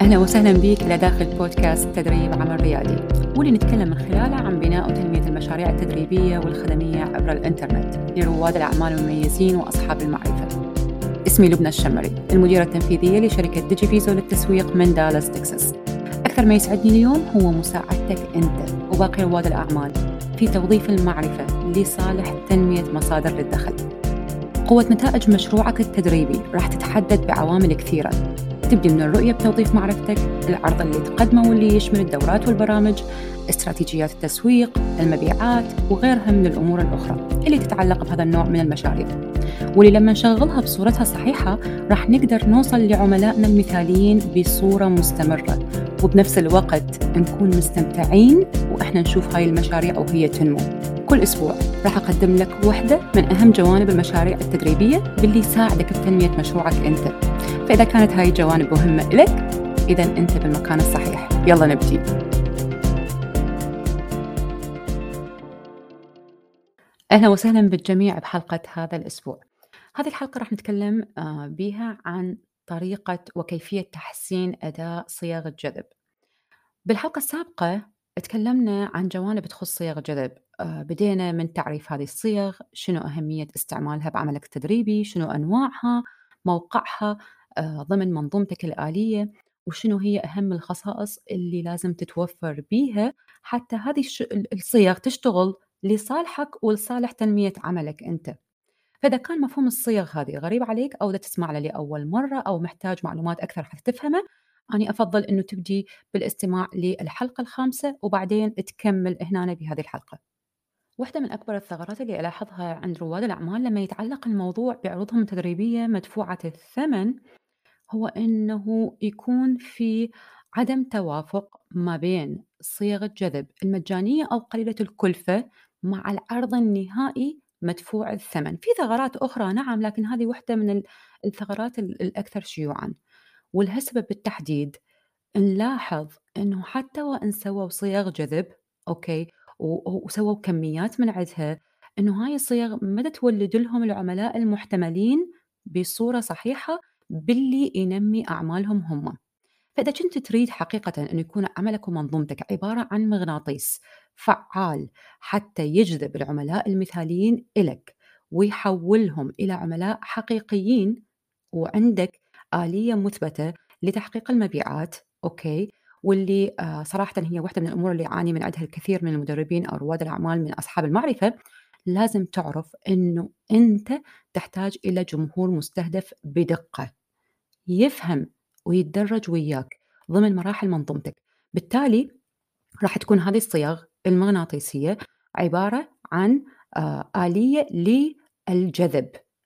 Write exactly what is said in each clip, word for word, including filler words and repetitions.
أهلا وسهلا بك إلى داخل بودكاست تدريب عمل ريادي، واللي نتكلم من خلاله عن بناء وتنمية المشاريع التدريبية والخدمية عبر الإنترنت لرواد الأعمال المميزين وأصحاب المعرفة. اسمي لبنى الشمري، المديرة التنفيذية لشركة ديجيفيزو للتسويق من دالاس تكساس. أكثر ما يسعدني اليوم هو مساعدتك أنت وباقي رواد الأعمال في توظيف المعرفة لصالح تنمية مصادر للدخل. قوة نتائج مشروعك التدريبي راح تتحدد بعوامل كثيرة، تبدي من الرؤية بتوظيف معرفتك، العرض اللي تقدمه واللي يشمل الدورات والبرامج، استراتيجيات التسويق، المبيعات وغيرها من الأمور الأخرى اللي تتعلق بهذا النوع من المشاريع، واللي لما نشغلها بصورتها الصحيحة راح نقدر نوصل لعملائنا المثاليين بصورة مستمرة، وبنفس الوقت نكون مستمتعين وإحنا نشوف هاي المشاريع وهي تنمو. كل أسبوع راح أقدم لك واحدة من أهم جوانب المشاريع التدريبية باللي يساعدك بتنمية مشروعك أنت. فإذا كانت هاي الجوانب مهمة إلك، إذن أنت بالمكان الصحيح. يلا نبدي. أهلا وسهلا بالجميع بحلقة هذا الأسبوع. هذه الحلقة راح نتكلم بها عن طريقة وكيفية تحسين أداء صيغ الجذب. بالحلقة السابقة تكلمنا عن جوانب تخص صيغ الجذب، بدينا من تعريف هذه الصيغ، شنو أهمية استعمالها بعملك التدريبي، شنو أنواعها، موقعها ضمن منظومتك الآلية، وشنو هي أهم الخصائص اللي لازم تتوفر بيها حتى هذه الصيغ تشتغل لصالحك ولصالح تنمية عملك أنت. فإذا كان مفهوم الصيغ هذه غريب عليك أو دا تسمع له لأول مرة أو محتاج معلومات أكثر حتى تفهمه، أنا أفضل أنه تبدي بالاستماع للحلقة الخامسة وبعدين تكمل هنا بهذه الحلقة. واحدة من أكبر الثغرات اللي ألاحظها عند رواد الأعمال لما يتعلق الموضوع بعروضهم التدريبية مدفوعة الثمن هو أنه يكون في عدم توافق ما بين صيغ الجذب المجانية أو قليلة الكلفة مع العرض النهائي مدفوع الثمن. في ثغرات أخرى نعم، لكن هذه واحدة من الثغرات الأكثر شيوعاً. ولهالسبب بالتحديد نلاحظ أنه حتى وإن سووا صيغ جذب أوكي وسووا كميات من عدها، أنه هاي الصيغ ما تولد لهم العملاء المحتملين بصورة صحيحة باللي ينمي أعمالهم هم. فإذا كنت تريد حقيقة أن يكون عملك ومنظومتك عبارة عن مغناطيس فعال حتى يجذب العملاء المثاليين إلك ويحولهم إلى عملاء حقيقيين، وعندك آلية مثبتة لتحقيق المبيعات أوكي، واللي آه صراحة هي واحدة من الأمور اللي يعاني من عندها الكثير من المدربين أو رواد الأعمال من أصحاب المعرفة، لازم تعرف أنه أنت تحتاج إلى جمهور مستهدف بدقة يفهم ويتدرج وياك ضمن مراحل منظومتك. بالتالي راح تكون هذه الصيغ المغناطيسية عبارة عن آه آلية للجذب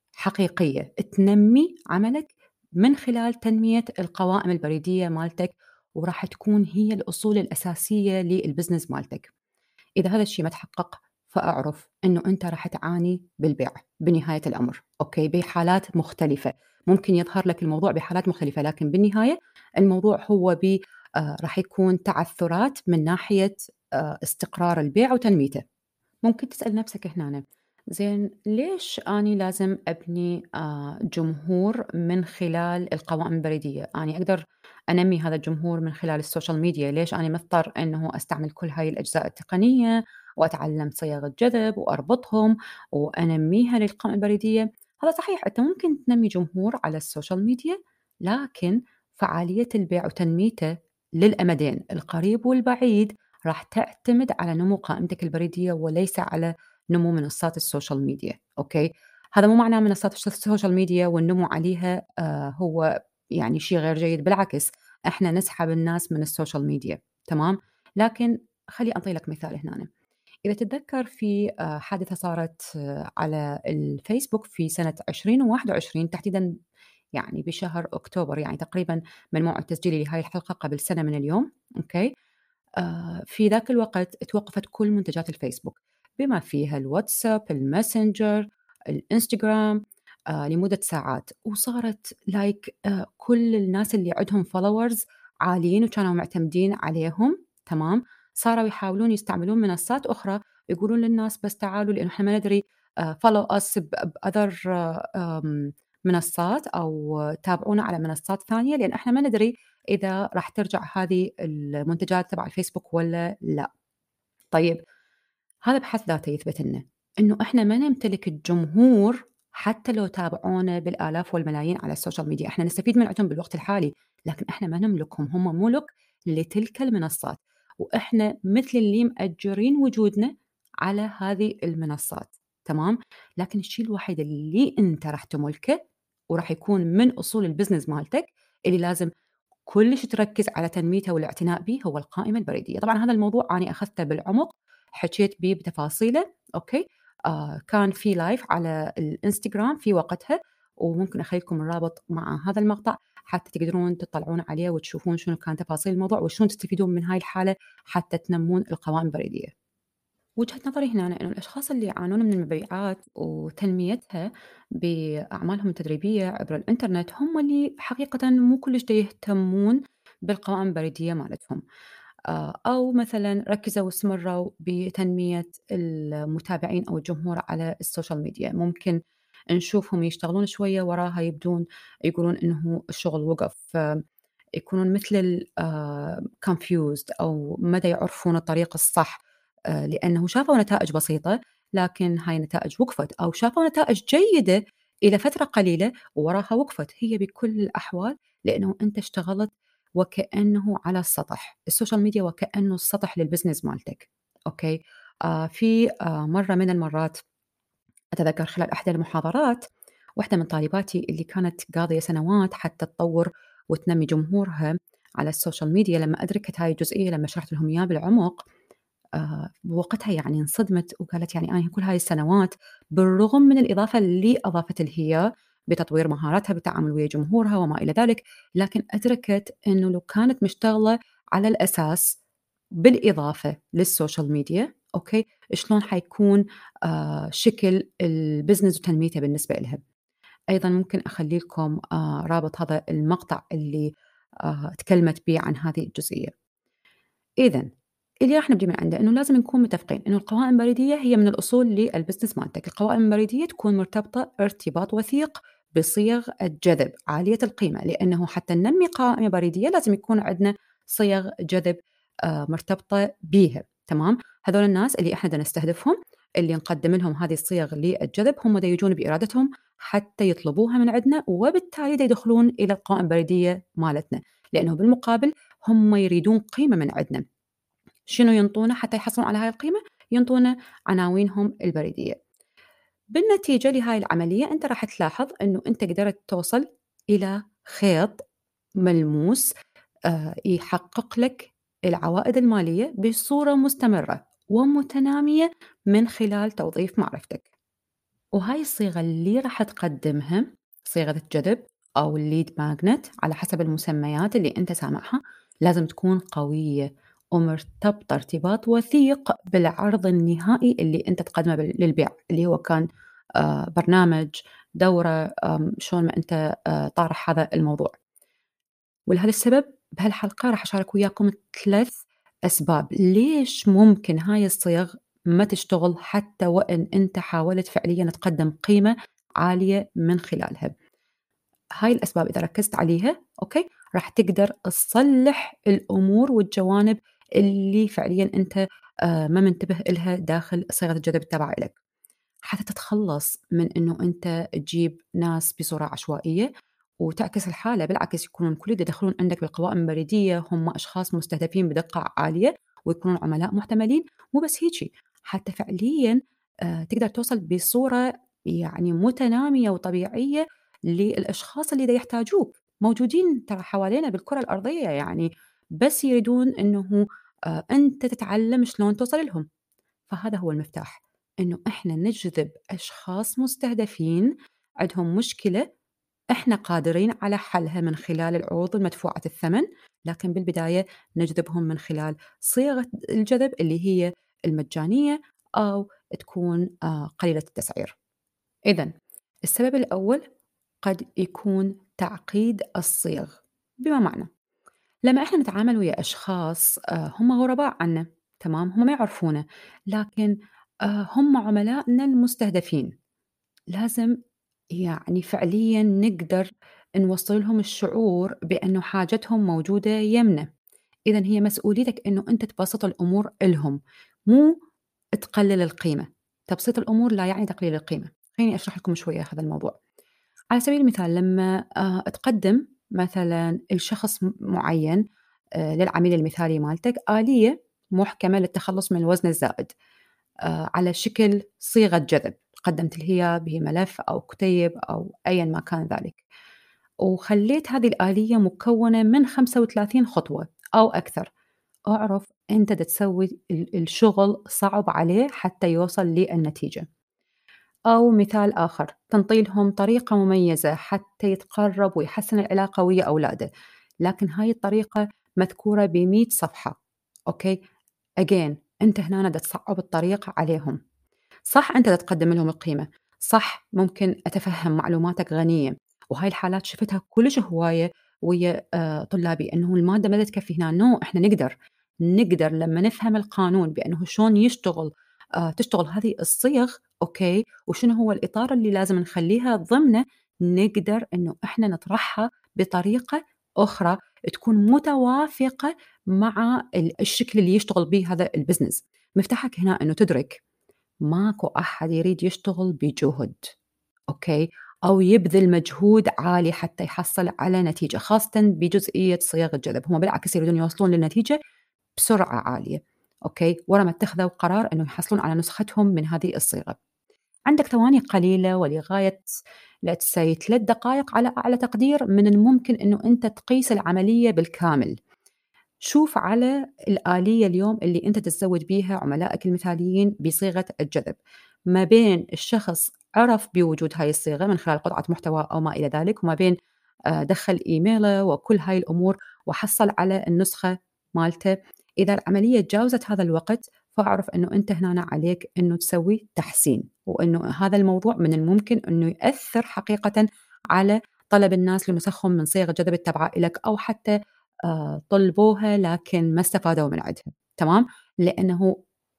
حقيقية تنمي عملك من خلال تنمية القوائم البريدية مالتك، وراح تكون هي الأصول الأساسية للبزنس مالتك. إذا هذا الشيء ما تحقق فأعرف أنه أنت راح تعاني بالبيع بنهاية الأمر أوكي، بحالات مختلفة ممكن يظهر لك الموضوع بحالات مختلفة، لكن بالنهاية الموضوع هو ب آه راح يكون تعثرات من ناحية آه استقرار البيع وتنميته. ممكن تسأل نفسك هنا، زين ليش أني لازم أبني آه جمهور من خلال القوائم البريدية؟ أني أقدر أنمي هذا الجمهور من خلال السوشيال ميديا، ليش أنا مضطر أنه أستعمل كل هاي الأجزاء التقنية وأتعلم صيغ الجذب وأربطهم وأنميها للقوائم البريدية؟ هذا صحيح، أنت ممكن تنمي جمهور على السوشيال ميديا، لكن فعالية البيع وتنميته للأمدين القريب والبعيد راح تعتمد على نمو قائمتك البريدية وليس على نمو منصات السوشيال ميديا أوكي. هذا مو معناه منصات السوشيال ميديا والنمو عليها آه هو يعني شيء غير جيد، بالعكس احنا نسحب الناس من السوشيال ميديا تمام. لكن خلي أعطي لك مثال هنا. إذا تتذكر في آه حادثة صارت آه على الفيسبوك في سنة عشرين واحد وعشرين تحديدا، يعني بشهر أكتوبر، يعني تقريبا من موعد تسجيلي لهذه الحلقة قبل سنة من اليوم أوكي. آه في ذاك الوقت توقفت كل منتجات الفيسبوك بما فيها الواتساب، الماسنجر، الانستغرام آه لمدة ساعات، وصارت لايك آه كل الناس اللي عندهم فولورز عاليين وكانوا معتمدين عليهم تمام، صاروا يحاولون يستعملون منصات أخرى يقولون للناس بس تعالوا لأنه احنا ما ندري فولو أس بأذر منصات أو تابعونا على منصات ثانية، لأن إحنا ما ندري إذا راح ترجع هذه المنتجات تبع الفيسبوك والّا لأ. طيب، هذا بحد ذاته يثبت لنا إنه إحنا ما نمتلك الجمهور حتى لو تابعونا بالآلاف والملايين على السوشيال ميديا، إحنا نستفيد من عندهم بالوقت الحالي، لكن إحنا ما نملكهم، هم مُلك لتلك المنصات، وإحنا مثل اللي مأجرين وجودنا على هذه المنصات، تمام؟ لكن الشيء الوحيد اللي أنت راح تملكه وراح يكون من أصول الbusiness مالتك اللي لازم كلش تركز على تنميته والاعتناء به هو القائمة البريدية. طبعًا هذا الموضوع أني أخذته بالعمق، حكيت بيه بتفاصيله، أوكي، آآ كان في لايف على الإنستجرام في وقتها، وممكن أخلي لكم الرابط مع هذا المقطع حتى تقدرون تطلعون عليه وتشوفون شنو كان تفاصيل الموضوع وشلون تستفيدون من هاي الحالة حتى تنمون القوائم البريدية. وجهة نظري هنا أنا إنه الأشخاص اللي يعانون من المبيعات وتنميتها بأعمالهم التدريبية عبر الإنترنت هم اللي حقيقةً مو كلش دا يهتمون بالقوائم البريدية مالتهم. آآ أو مثلًا ركّزوا واستمروا بتنمية المتابعين أو الجمهور على السوشيال ميديا، ممكن نشوفهم يشتغلون شوية وراها يبدون يقولون إنه الشغل وقف، آه، يكونون مثل ال آآ confused أو ما دا يعرفون الطريق الصح، آآ لأنه شافوا نتائج بسيطة، لكن هاي النتائج وقفت، أو شافوا نتائج جيدة إلى فترة قليلة ووراها وقفت، هي بكل الأحوال لأنه أنت اشتغلت وكأنه على السطح، السوشيال ميديا وكأنه السطح للbusiness مالتك، أوكي؟ آآ في آآ مرّة من المرّات أتذكر خلال إحدى المحاضرات، واحدة من طالباتي اللي كانت قاضية سنوات حتى تطوّر وتنمي جمهورها على السوشيال ميديا، لمّا أدركت هاي الجزئية لمّا شرحت لهم إياه بالعمق، آآ بوقتها يعني انصدمت وقالت يعني أنا كل هاي السنوات بالرغم من الإضافة اللي أضافت لي إياه بتطوير مهاراتها بالتعامل ويا جمهورها وما إلى ذلك، لكن أدركت إنه لو كانت مشتغلة على الأساس بالإضافة للسوشيال ميديا، أوكي، شلون حيكون آآ شكل الbusiness وتنميته بالنسبة إلها. أيضًا ممكن أخلّي لكم آآ رابط هذا المقطع اللي آآ تكلمت بيه عن هذه الجزئية. إذًا اللي راح نبدي من عنده إنه لازم نكون متفقين إنه القوائم البريدية هي من الأصول للbusiness مالتك، القوائم البريدية تكون مرتبطة ارتباط وثيق بصيغ الجذب عالية القيمة، لأنه حتى ننمي قائمة بريدية لازم يكون عندنا صيغ جذب آآ مرتبطة بيها، تمام؟ هذول الناس اللي إحنا دا نستهدفهم، اللي نقدم لهم هذه الصيغ للجذب، هم دا يجون بإرادتهم حتى يطلبوها من عندنا، وبالتالي دا يدخلون إلى القوائم البريدية مالتنا، لأنه بالمقابل هم يريدون قيمة من عندنا. شنو ينطونا حتى يحصلون على هاي القيمة؟ ينطونا عناوينهم البريدية. بالنتيجة لهاي العملية أنت راح تلاحظ إنه أنت قدرت توصل إلى خيط ملموس آآ يحقق لك العوائد المالية بصورة مستمرة ومتنامية من خلال توظيف معرفتك. وهاي الصيغة اللي راح تقدمها، صيغة الجذب أو الlead magnet على حسب المسميات اللي أنت سامعها، لازم تكون قوية ومرتبطة ارتباط وثيق بالعرض النهائي اللي أنت تقدمه بال للبيع، اللي هو كان آآ برنامج، دورة، آمم شلون ما أنت آآ طارح هذا الموضوع. ولهذا السبب بهالحلقة راح أشارك وياكم ثلاث أسباب ليش ممكن هاي الصيغ ما تشتغل حتى وإن أنت حاولت فعليًا تقدم قيمة عالية من خلالها. هاي الأسباب إذا ركزت عليها، أوكي، راح تقدر تصلح الأمور والجوانب اللي فعليًا أنت آآ ما منتبه إلها داخل صيغة الجذب التابعة إلك. حتى تتخلّص من إنه أنت تجيب ناس بصورة عشوائية وتعكس الحالة، بالعكس يكونون كل اللي يدخلون عندك بالقوائم البريدية هم أشخاص مستهدفين بدقة عالية ويكونون عملاء محتملين، مو بس هيجي، حتى فعليًا آآ تقدر توصل بصورة يعني متنامية وطبيعية للأشخاص اللي دا يحتاجوك، موجودين ترى حوالينا بالكرة الأرضية يعني، بس يريدون إنه آآ أنت تتعلم شلون توصل لهم. فهذا هو المفتاح، إنه إحنا نجذب أشخاص مستهدفين عندهم مشكلة إحنا قادرين على حلها من خلال العروض المدفوعة الثمن، لكن بالبداية نجذبهم من خلال صيغة الجذب اللي هي المجانية أو تكون آه، قليلة التسعير. إذن السبب الأول قد يكون تعقيد الصيغ، بما معنى لمّا إحنا نتعامل ويا أشخاص آآ هم غرباء عنا، تمام، هم ما يعرفونا، لكن آآ هم عملائنا المستهدفين، لازم يعني فعليًا نقدر نوصّل لهم الشعور بأنه حاجتهم موجودة يمنا. إذًا هي مسؤوليتك إنه أنت تبسّط الأمور إلهم، مو تقلل القيمة. تبسيط الأمور لا يعني تقليل القيمة. خليني أشرح لكم شوية هذا الموضوع. على سبيل المثال لمّا آآ تقدّم مثلًا لشخص م معيّن، آآ للعميل المثالي مالتك آلية محكمة للتخلُّص من الوزن الزائد، آآ على شكل صيغة جذب، قدّمت له إياه بملف أو كتيب أو أيًا ما كان ذلك، وخلّيت هذه الآلية مكوّنة من خمسة وثلاثين خطوة أو أكثر. اعرف أنت دا تسوي ال الشغل صعب عليه حتى يوصل للنتيجة. أو مثال آخر، تنطي لهم طريقة مميزة حتى يتقرّب ويحسّن العلاقة ويا أولاده، لكن هاي الطريقة مذكورة بمئة صفحة، أوكي؟ again أنت هنا دا تصعّب الطريق عليهم. صح أنت دا تقدّم لهم القيمة، صح ممكن أتفهّم معلوماتك غنية، وهاي الحالات شُفتها كلش هواية ويا آآ طلابي، إنه المادة ما دا تكفي هنا، no إحنا نقدر، نقدر لمّا نفهم القانون بأنه شلون يشتغل آآ تشتغل هذه الصيغ، أوكي، وشنو هو الإطار اللي لازم نخلّيها ضمنه، نقدر إنه إحنا نطرحها بطريقة أخرى تكون متوافقة مع ال الشكل اللي يشتغل بيه هذا الbusiness. مفتاحك هنا إنه تدرك ماكو أحد يريد يشتغل بجهد، أوكي، أو يبذل مجهود عالي حتى يحصل على نتيجة، خاصةً بجزئية صيغ الجذب، هم بالعكس يريدون يوصلون للنتيجة بسرعة عالية، أوكي، ورا ما اتخذوا قرار إنه يحصلون على نسختهم من هذه الصيغة. عندك ثواني قليلة ولغاية let's say ثلاث دقائق على أعلى تقدير من الممكن إنه أنت تقيس العملية بالكامل. شوف على الآلية اليوم اللي أنت تتزود بيها عملائك المثاليين بصيغة الجذب، ما بين الشخص عرف بوجود هاي الصيغة من خلال قطعة محتوى أو ما إلى ذلك، وما بين آآ دخّل إيميله وكل هاي الأمور وحصل على النسخة مالته. إذا العملية تجاوزت هذا الوقت، فاعرف إنه أنت هنا عليك إنه تسوي تحسين، وإنه هذا الموضوع من الممكن إنه يأثّر حقيقةً على طلب الناس لنسخهم من صيغ الجذب التابعة إلك، أو حتى آآ طلبوها لكن ما استفادوا من عندها، تمام؟ لأنه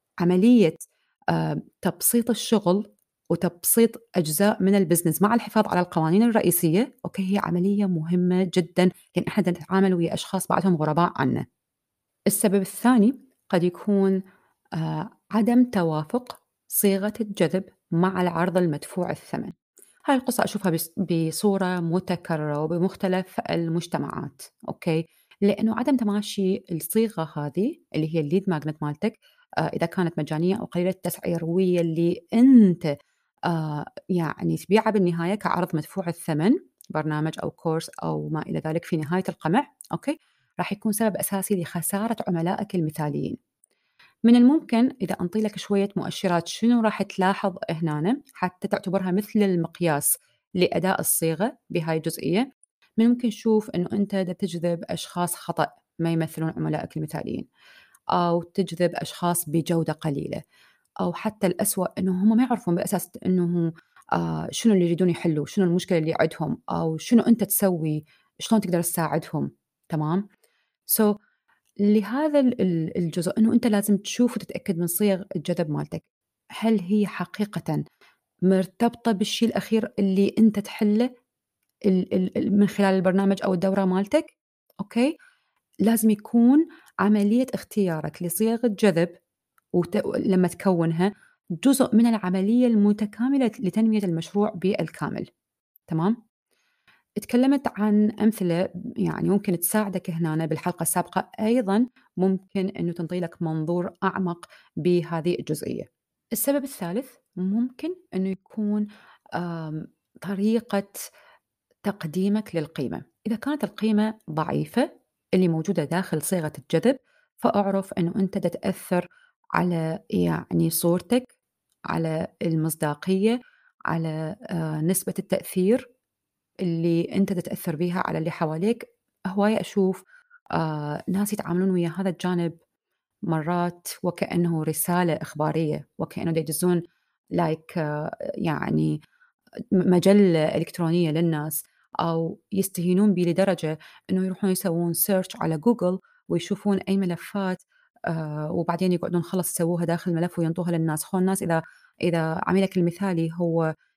عملية آآ تبسيط الشغل وتبسيط أجزاء من الbusiness مع الحفاظ على القوانين الرئيسية، أوكي، هي عملية مهمة جدًا، لأن إحنا بدنا نتعامل ويا أشخاص بعضهم غرباء عنا. السبب الثاني قد يكون آآ عدم توافق صيغة الجذب مع العرض المدفوع الثمن. هاي القصة أشوفها بص بصورة متكررة وبمختلف المجتمعات، أوكي، لإنه عدم تماشي الصيغة هذه اللي هي الlead magnet مالتك، آآ إذا كانت مجانية أو قليلة التسعير ويا اللي أنت آآ يعني تبيعها بالنهاية كعرض مدفوع الثمن، برنامج أو course أو ما إلى ذلك في نهاية القمع، أوكي، راح يكون سبب أساسي لخسارة عملائك المثاليين. من الممكن إذا أنطي لك شوية مؤشرات شنو راح تلاحظ هنا حتى تعتبرها مثل المقياس لأداء الصيغة بهاي الجزئية. من الممكن تشوف إنه أنت دا تجذب أشخاص خطأ ما يمثلون عملائك المثاليين، أو تجذب أشخاص بجودة قليلة، أو حتى الأسوأ إنه هم ما يعرفون بأساس إنه آآ شنو اللي يريدون يحلوا، شنو المشكلة اللي عندهم، أو شنو أنت تسوي، شلون تقدر تساعدهم، تمام؟ so لهذا ال ال الجزء إنه أنت لازم تشوف وتتأكد من صيغ الجذب مالتك، هل هي حقيقةً مرتبطة بالشي الأخير اللي أنت تحلّه ال ال ال من خلال البرنامج أو الدورة مالتك، أوكي؟ لازم يكون عملية اختيارك لصيغ الجذب وت لمّا تكوّنها جزء من العملية المتكاملة لتنمية المشروع بالكامل، تمام؟ اتكلمت عن أمثلة يعني ممكن تساعدك هنا بالحلقة السابقة، أيضًا ممكن إنه تنطي لك منظور أعمق بهذه الجزئية. السبب الثالث ممكن إنه يكون آمم، طريقة تقديمك للقيمة. إذا كانت القيمة ضعيفة اللي موجودة داخل صيغة الجذب، فاعرف إنه أنت دا تأثّر على يعني صورتك، على المصداقية، على آآ، نسبة التأثير اللي أنت تتأثّر بيها على اللي حواليك. هواية أشوف آآ ناس يتعاملون ويا هذا الجانب مرات وكأنه رسالة إخبارية، وكأنه دا يدزون like يعني م مجلة إلكترونية للناس، أو يستهينون بي لدرجة إنه يروحون يسوون search على جوجل ويشوفون أي ملفات، آآ وبعدين يقعدون خلاص يسووها داخل الملف وينطوها للناس. هو الناس إذا إذا عميلك المثالي هو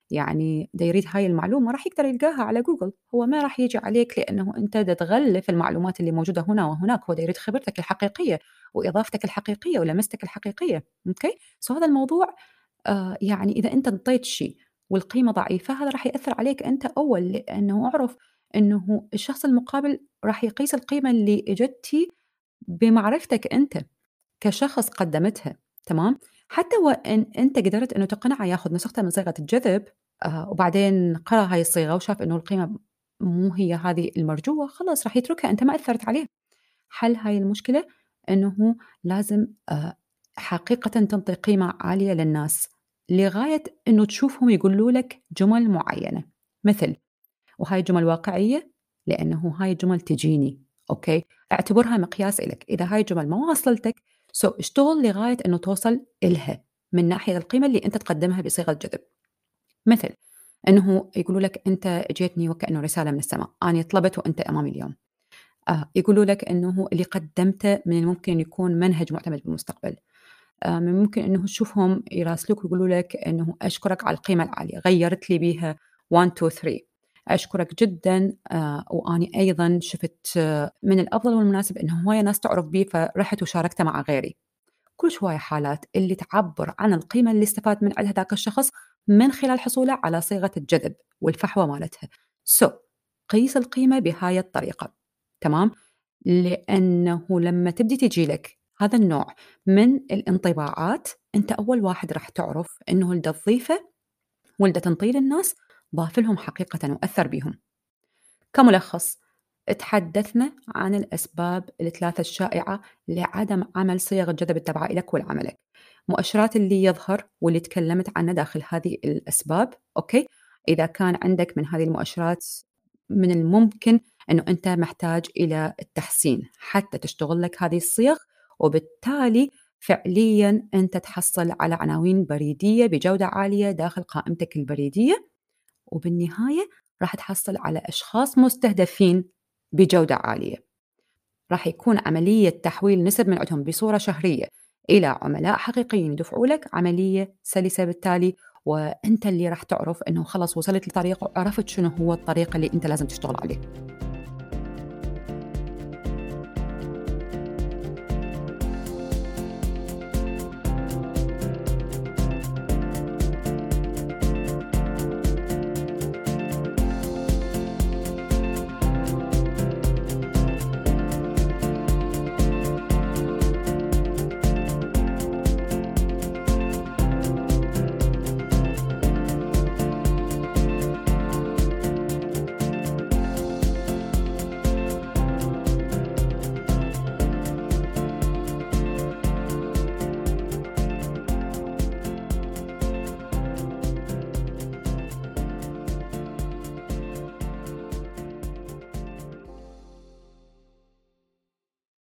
يعني دا يريد هاي المعلومة راح يقدر يلقاها على جوجل، هو ما راح يجي عليك لأنه أنت دا تغلف المعلومات اللي موجودة هنا وهناك، هو دا يريد خبرتك الحقيقية وإضافتك الحقيقية ولمستك الحقيقية، أوكي؟ سو هذا الموضوع آآ يعني إذا أنت انطيت شي والقيمة ضعيفة هذا راح يأثّر عليك أنت أول، لأنه اعرف إنه الشخص المقابل راح يقيس القيمة اللي إجتِ بمعرفتك أنت كشخص قدّمتها، تمام؟ حتى وإن أنت قدرت إنه تقنعه ياخذ نسختها من صيغة الجذب آآ وبعدين قرأ هاي الصيغة وشاف إنه القيمة مو هي هذه المرجوة، خلاص راح يتركها، أنت ما أثّرت عليه. حل هاي المشكلة إنه لازم آآ حقيقةً تنطي قيمة عالية للناس، لغاية إنه تشوفهم يقولوا لك جُمل معيّنة، مثل وهاي جُمل واقعية لإنه هاي الجُمل تجيني، أوكي؟ اعتبرها مقياس إلك، إذا هاي الجُمل ما واصلتك سو اشتغل لغاية إنه توصل إلها من ناحية القيمة اللي أنت تقدّمها بصيغة جذب، مثل إنه يقولوا لك أنت جيتني وكأنه رسالة من السما، أني طلبت وأنت أمامي اليوم. آه، يقولوا لك إنه اللي قدّمته من الممكن يكون منهج مُعتمد بالمستقبل، آآ من الممكن إنه تشوفهم يراسلوك ويقولوا لك إنه أشكرك على القيمة العالية، غيّرت لي بيها واحد، اثنين، ثلاثة أشكرك جدًا آآ وأني أيضًا شُفت آه، من الأفضل والمناسب إنه هواية ناس تعرف بيه فرحت وشاركته مع غيري. كلش هواية حالات اللي تعبّر عن القيمة اللي استفاد من عندها ذاك الشخص من خلال حصوله على صيغة الجذب والفحوى مالتها. So قيس القيمة بهاي الطريقة، تمام؟ لأنه لمّا تبدي تيجي لك هذا النوع من الانطباعات، أنت أول واحد راح تعرف إنه اللي دا تضيفه واللي دا تنطيه للناس ضاف لهم حقيقةً وأثّر بيهم. كملخص، تحدثنا عن الأسباب الثلاثة الشائعة لعدم عمل صيغ الجذب التابعة إلك ولعملك، مؤشرات اللي يظهر واللي تكلمت عنه داخل هذه الأسباب، أوكي؟ إذا كان عندك من هذه المؤشرات من الممكن إنه أنت محتاج إلى التحسين حتى تشتغل لك هذه الصيغ، وبالتالي فعليًا أنت تحصل على عناوين بريدية بجودة عالية داخل قائمتك البريدية. وبالنهاية راح تحصل على أشخاص مستهدفين بجودة عالية، راح يكون عملية تحويل نسب من عندهم بصورة شهرية إلى عملاء حقيقيين يدفعوا لك عملية سلسة بالتالي، وأنت اللي راح تعرف إنه خلاص وصلت لطريق وعرفت شنو هو الطريق اللي أنت لازم تشتغل عليه.